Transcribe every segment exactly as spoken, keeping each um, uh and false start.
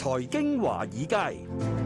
財經華爾街，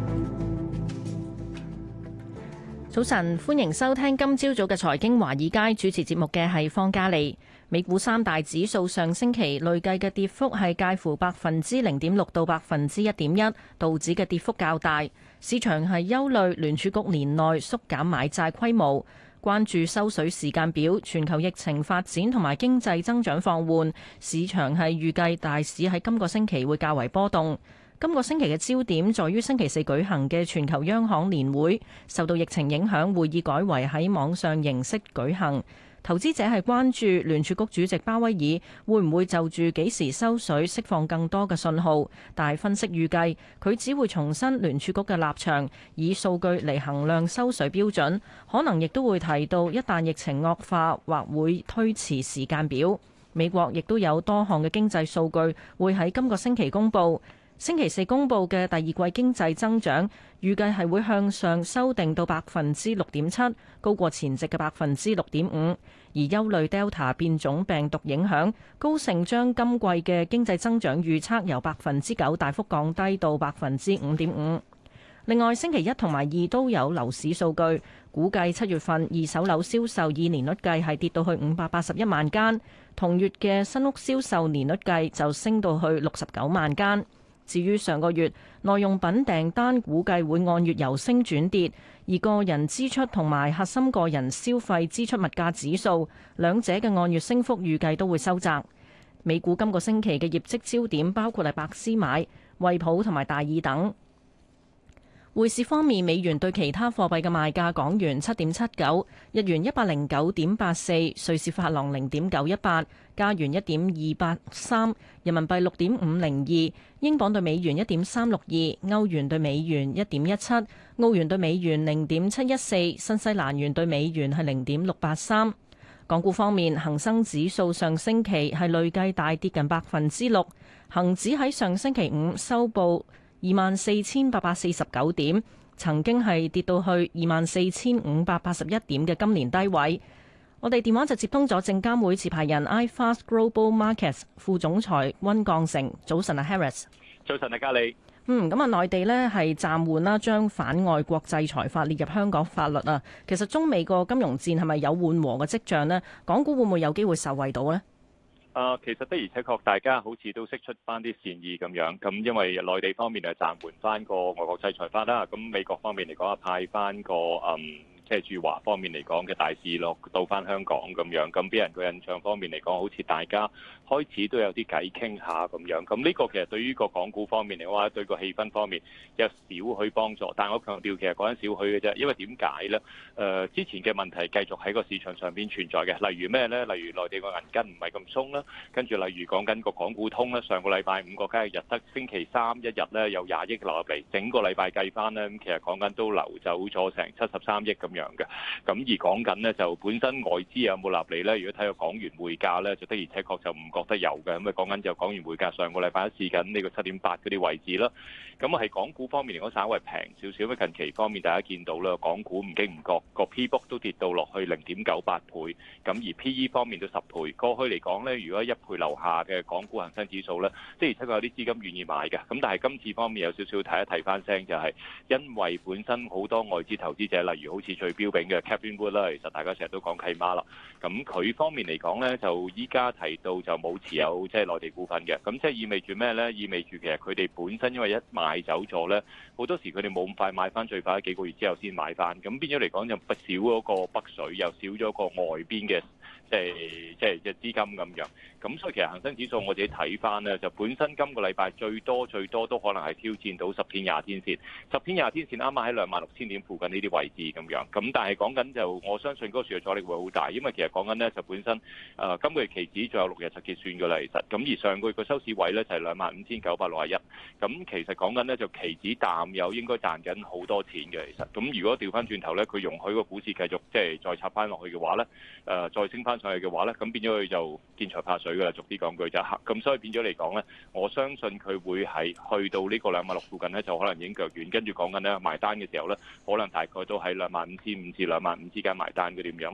早晨，歡迎收聽今朝早嘅財經華爾街，主持節目嘅係方嘉利。美股三大指數上星期累計嘅跌幅係介乎百分之零點六到百分之一點一，道指嘅跌幅較大。市場係憂慮聯儲局年內縮減買債規模，關注收水時間表、全球疫情發展同埋經濟增長放緩。市場係預計大市喺今個星期會較為波動。今個星期嘅焦點在於星期四舉行嘅全球央行年會，受到疫情影響，會議改為喺網上形式舉行。投資者係關注聯儲局主席鮑威爾會唔會就住幾時收水釋放更多嘅信號，但係分析預計佢只會重申聯儲局嘅立場，以數據嚟衡量收水標準，可能亦都會提到一旦疫情惡化或會推遲時間表。美國亦都有多項嘅經濟數據會喺今個星期公佈。星期四公佈嘅第二季經濟增長預計係會向上修訂到百分之六點七，高過前值嘅百分之六點五。而憂慮 Delta 變種病毒影響，高盛將今季嘅經濟增長預測由百分之九大幅降低到百分之五點五。另外，星期一同埋二都有樓市數據，估計七月份二手樓銷售以年率計係跌到去五百八十一萬間，同月嘅新屋銷售年率計就升到去六十九萬間。至於上個月耐用品訂單，估計會按月由升轉跌，而個人支出同埋核心個人消費支出物價指數兩者嘅按月升幅預計都會收窄。美股今個星期嘅業績焦點包括係百思買、惠普同埋大耳等。匯市方面，美元對其他貨幣嘅賣價：港元七點七九，日元一百零九點八四，瑞士法郎零點九一八，加元一點二八三，人民幣六點五零二，英鎊對美元一點三六二，歐元對美元一點一七，澳元對美元零點七一四，新西蘭元對美元係零點六八三。港股方面，恒生指數上星期係累計大跌近百分之六，恒指喺上星期五收報二萬四千八百四十九點，曾經係跌到去二萬四千五百八十一點嘅今年低位。我哋電話就接通咗證監會持牌人 iFast Global Markets 副總裁溫鋼成。早晨啊 Harris。 早晨啊嘉利。 嗯，咁啊內地呢係暫緩啦，將反外國制裁法列入香港法律啊。其實中美個金融戰係咪有緩和嘅跡象呢？港股會唔會有機會受惠到呢？ 啊，其實的而且確，大家好似都釋出翻啲善意咁樣。咁因為內地方面係暫緩翻個外國制裁法啦，咁美國方面嚟講啊，派翻個嗯，即係駐華方面嚟講嘅大使落到翻香港咁樣。咁俾人個印象方面嚟講，好似大家開始都有啲偈傾下咁樣。咁呢個其實對於個港股方面嚟講話，對個氣氛方面有少許幫助。但係我強調，其實講緊少許嘅啫。因為點解呢？誒、呃，之前嘅問題繼續喺個市場上邊存在嘅，例如咩呢？例如內地個銀根唔係咁鬆啦。跟住，例如講緊個港股通咧，上個禮拜五個交易日得星期三一日咧，有廿億流入嚟，整個禮拜計翻咧，咁其實講緊都流走咗成七十三億咁樣嘅。咁而講緊呢，就本身外資有冇立嚟咧？如果睇個港元匯價咧，就的而且確就唔覺得有嘅。咁啊講緊就港元匯價上個禮拜一試緊呢個七點八嗰啲位置啦。咁啊係港股方面嚟講，稍微平少少。咁近期方面大家見到啦，港股唔經唔覺個 P book 都跌到落去零點九八倍，咁而 P E 方面都十倍。過去嚟講咧，如果一倍樓下嘅港股恒生指數咧，即係而且確有啲資金願意買嘅。咁但係今次方面有少少提一提翻聲，就係因為本身好多外資投資者，例如好似最標炳嘅 Cathie Wood 啦，其實大家成日都講契媽啦。咁佢方面嚟講咧，就依家提到就冇持有即係內地股份嘅。咁即係意味住咩咧？意味住其實佢哋本身因為一買走咗咧，好多時佢哋冇咁快買翻，最快幾個月之後先買翻。咁變咗嚟講就不少嗰個北水，又少咗個外邊嘅。即係即係嘅資金咁樣，咁所以其實恒生指數我自己睇翻呢，就本身今個禮拜最多最多都可能係挑戰到十天廿天線，十天廿天線啱啱喺兩萬六千點附近呢啲位置咁樣，咁但係講緊就我相信嗰個市嘅阻力會好大，因為其實講緊呢，就本身誒、呃、今個月期指仲有六日就結算㗎啦，其實咁而上個月個收市位呢，就係兩萬五千九百六十一，咁其實講緊呢，就期指淡有應該賺緊好多錢嘅，其實咁如果調翻轉頭呢，佢容許個股市繼續即係再插翻落去嘅話呢，誒、呃、再升翻上去嘅話咧，咁變咗佢就見財怕水噶啦，逐啲講句就嚇。咁所以變咗嚟講咧，我相信佢會係去到呢個兩萬六附近咧，就可能已經腳軟。跟住講緊咧埋單嘅時候咧，可能大概都喺兩萬五千五至兩萬五之間埋單嘅點樣咯。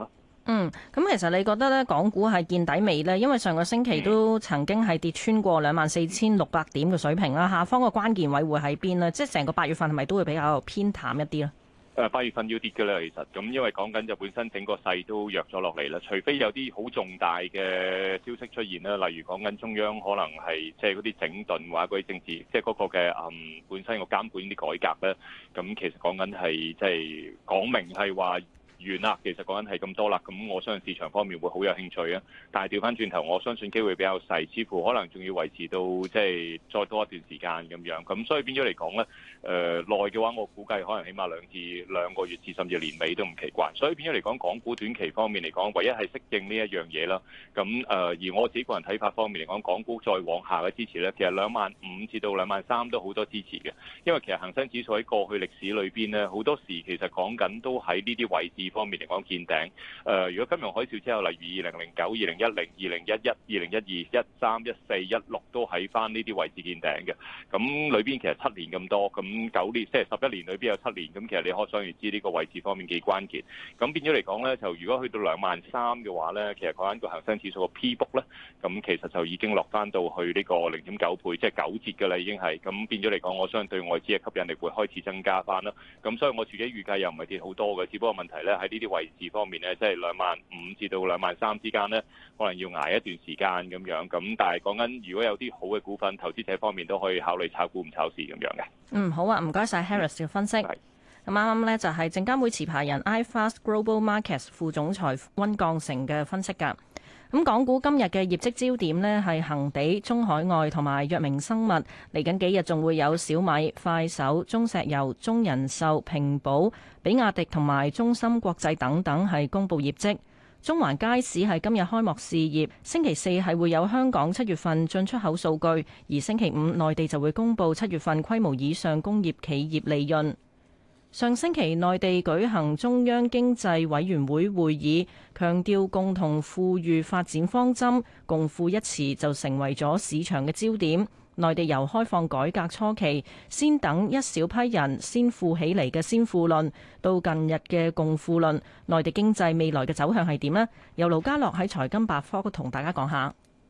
嗯，咁其實你覺得咧，港股係見底未呢？因為上個星期都曾經係跌穿過兩萬四千六百點嘅水平啦。下方個關鍵位會喺邊呢？即係成個八月份係咪都會比較偏淡一啲咧？ 誒八月份要跌嘅啦，其實咁因為講緊就本身整個勢都弱咗落嚟啦，除非有啲好重大嘅消息出現啦，例如講緊中央可能係即係嗰啲整頓或者嗰啲政治，即係嗰個嘅誒、嗯、本身個監管啲改革咧，咁其實講緊係即係講明係話完啦，其實講緊係咁多啦，咁我相信市場方面會好有興趣啊。但係調翻轉頭，我相信機會比較細，似乎可能仲要維持到即係再多一段時間咁樣。咁所以變咗嚟講咧，誒耐嘅話，我估計可能起碼兩至兩個月至甚至年尾都唔奇怪。所以變咗嚟講，港股短期方面嚟講，唯一係適應呢一樣嘢啦。咁誒、呃、而我自己個人睇法方面嚟講，港股再往下嘅支持咧，其實兩萬五至到兩萬三都好多支持嘅。因為其實恒生指數喺過去歷史裏邊咧，好多時其實講緊都喺呢啲位置方面嚟講見頂。誒、呃，如果金融海嘯之後，例如二零零九、二零一零、二零一一、二零一二、一三、一四、一六都喺翻呢啲位置見頂嘅。咁裏邊其實七年咁多，咁九年即係十一年裏邊有七年，咁其實你可想而知呢個位置方面幾關鍵。咁變咗嚟講咧，就如果去到兩萬三嘅話咧，其實講緊個恒生指數個 P book 咧，咁其實就已經落翻到去呢個零點九倍，即係九折嘅啦，已經係。咁變咗嚟講，我相信對外資嘅吸引力會開始增加翻啦。咁所以我自己預計又唔係跌好多嘅，只不過問題咧喺呢啲位置方面咧，即係兩萬五至到兩萬三之間咧，可能要捱一段時間咁樣。咁但係講緊如果有啲好嘅股份，投資者方面都可以考慮炒股唔炒市咁樣嘅。 嗯，好啊，唔該晒 Harris 嘅分析。咁啱啱呢就係證監會持牌人 iFast Global Markets 副總裁溫鋼城嘅分析㗎。咁港股今日嘅業績焦點呢係恒地、中海外同埋藥明生物，嚟緊幾日仲會有小米、快手、中石油、中人壽、平保、比亞迪同埋中芯國際等等係公布業績。中環街市係今日開幕試業，星期四係會有香港七月份進出口數據，而星期五內地就會公布七月份規模以上工業企業利潤。上星期內地舉行中央經濟委員會會議，強調共同富裕發展方針，共富一詞就成為咗市場嘅焦點。內地由開放改革初期，先等一小批人先富起嚟嘅先富論，到近日嘅共富論，內地經濟未來嘅走向係點呢？由盧家樂喺財金百科同大家講下。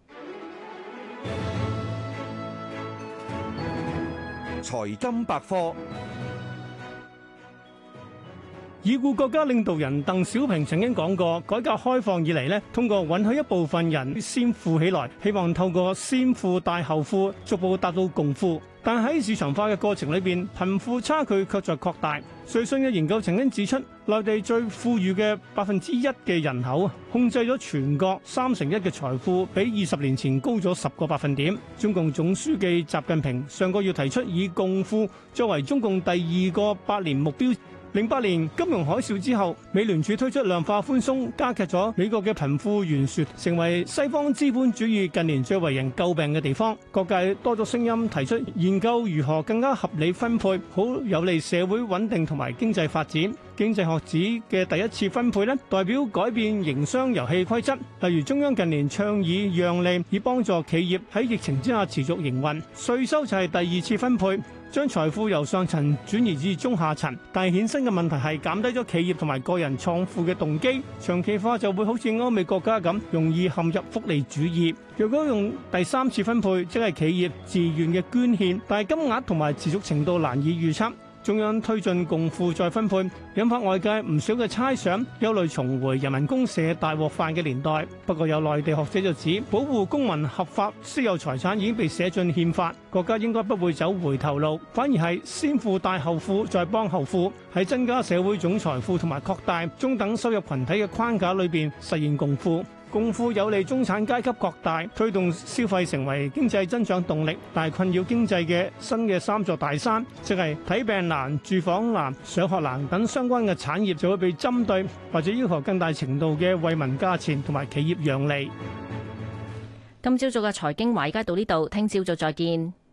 財金百科。 已故國家領導人鄧小平曾經講過，改革開放以嚟呢，通過允許一部分人先富起來，希望透過先富帶後富，逐步達到共富。但喺市場化嘅過程裏邊，貧富差距卻在擴大。瑞信嘅研究曾經指出，內地最富裕嘅百分之一嘅人口，控制咗全國三成一嘅財富，比二十年前高咗十個百分點。中共總書記習近平上個月提出以共富作為中共第二個百年目標。零八年金融海嘯之後，美聯儲推出量化寬鬆，加劇咗美國嘅貧富懸殊，成為西方資本主義近年最為人詬病嘅地方。各界多咗聲音提出研究如何更加合理分配，好有利社會穩定同埋經濟發展。經濟學指嘅第一次分配呢，代表改變營商遊戲規則，例如中央近年倡議讓利，以幫助企業喺疫情之下持續營運。稅收就係第二次分配，將財富由上層轉移至中下層，但係衍生嘅問題係減低咗企業同埋個人創富嘅動機，長期化就會好似歐美國家咁，容易陷入福利主義。若果用第三次分配，即係企業自願嘅捐獻，但係金額同埋持續程度難以預測。中央推進共富再分配，引發外界唔少嘅猜想，憂慮重回人民公社大鍋飯嘅年代。不過有內地學者就指，保護公民合法私有財產已經被寫進憲法，國家應該不會走回頭路，反而係先富帶後富，再幫後富，喺增加社會總財富同埋擴大中等收入群體嘅框架裏邊實現共富。共富有利中產階級擴大，推動消費成為經濟增長動力，但係困擾經濟嘅新嘅三座大山，即係睇病難、住房難、上學難等相關嘅產業就會被針對，或者要求更大程度嘅惠民價錢同埋企業讓利。 今朝早嘅財經華爾街到呢度，聽朝早再見。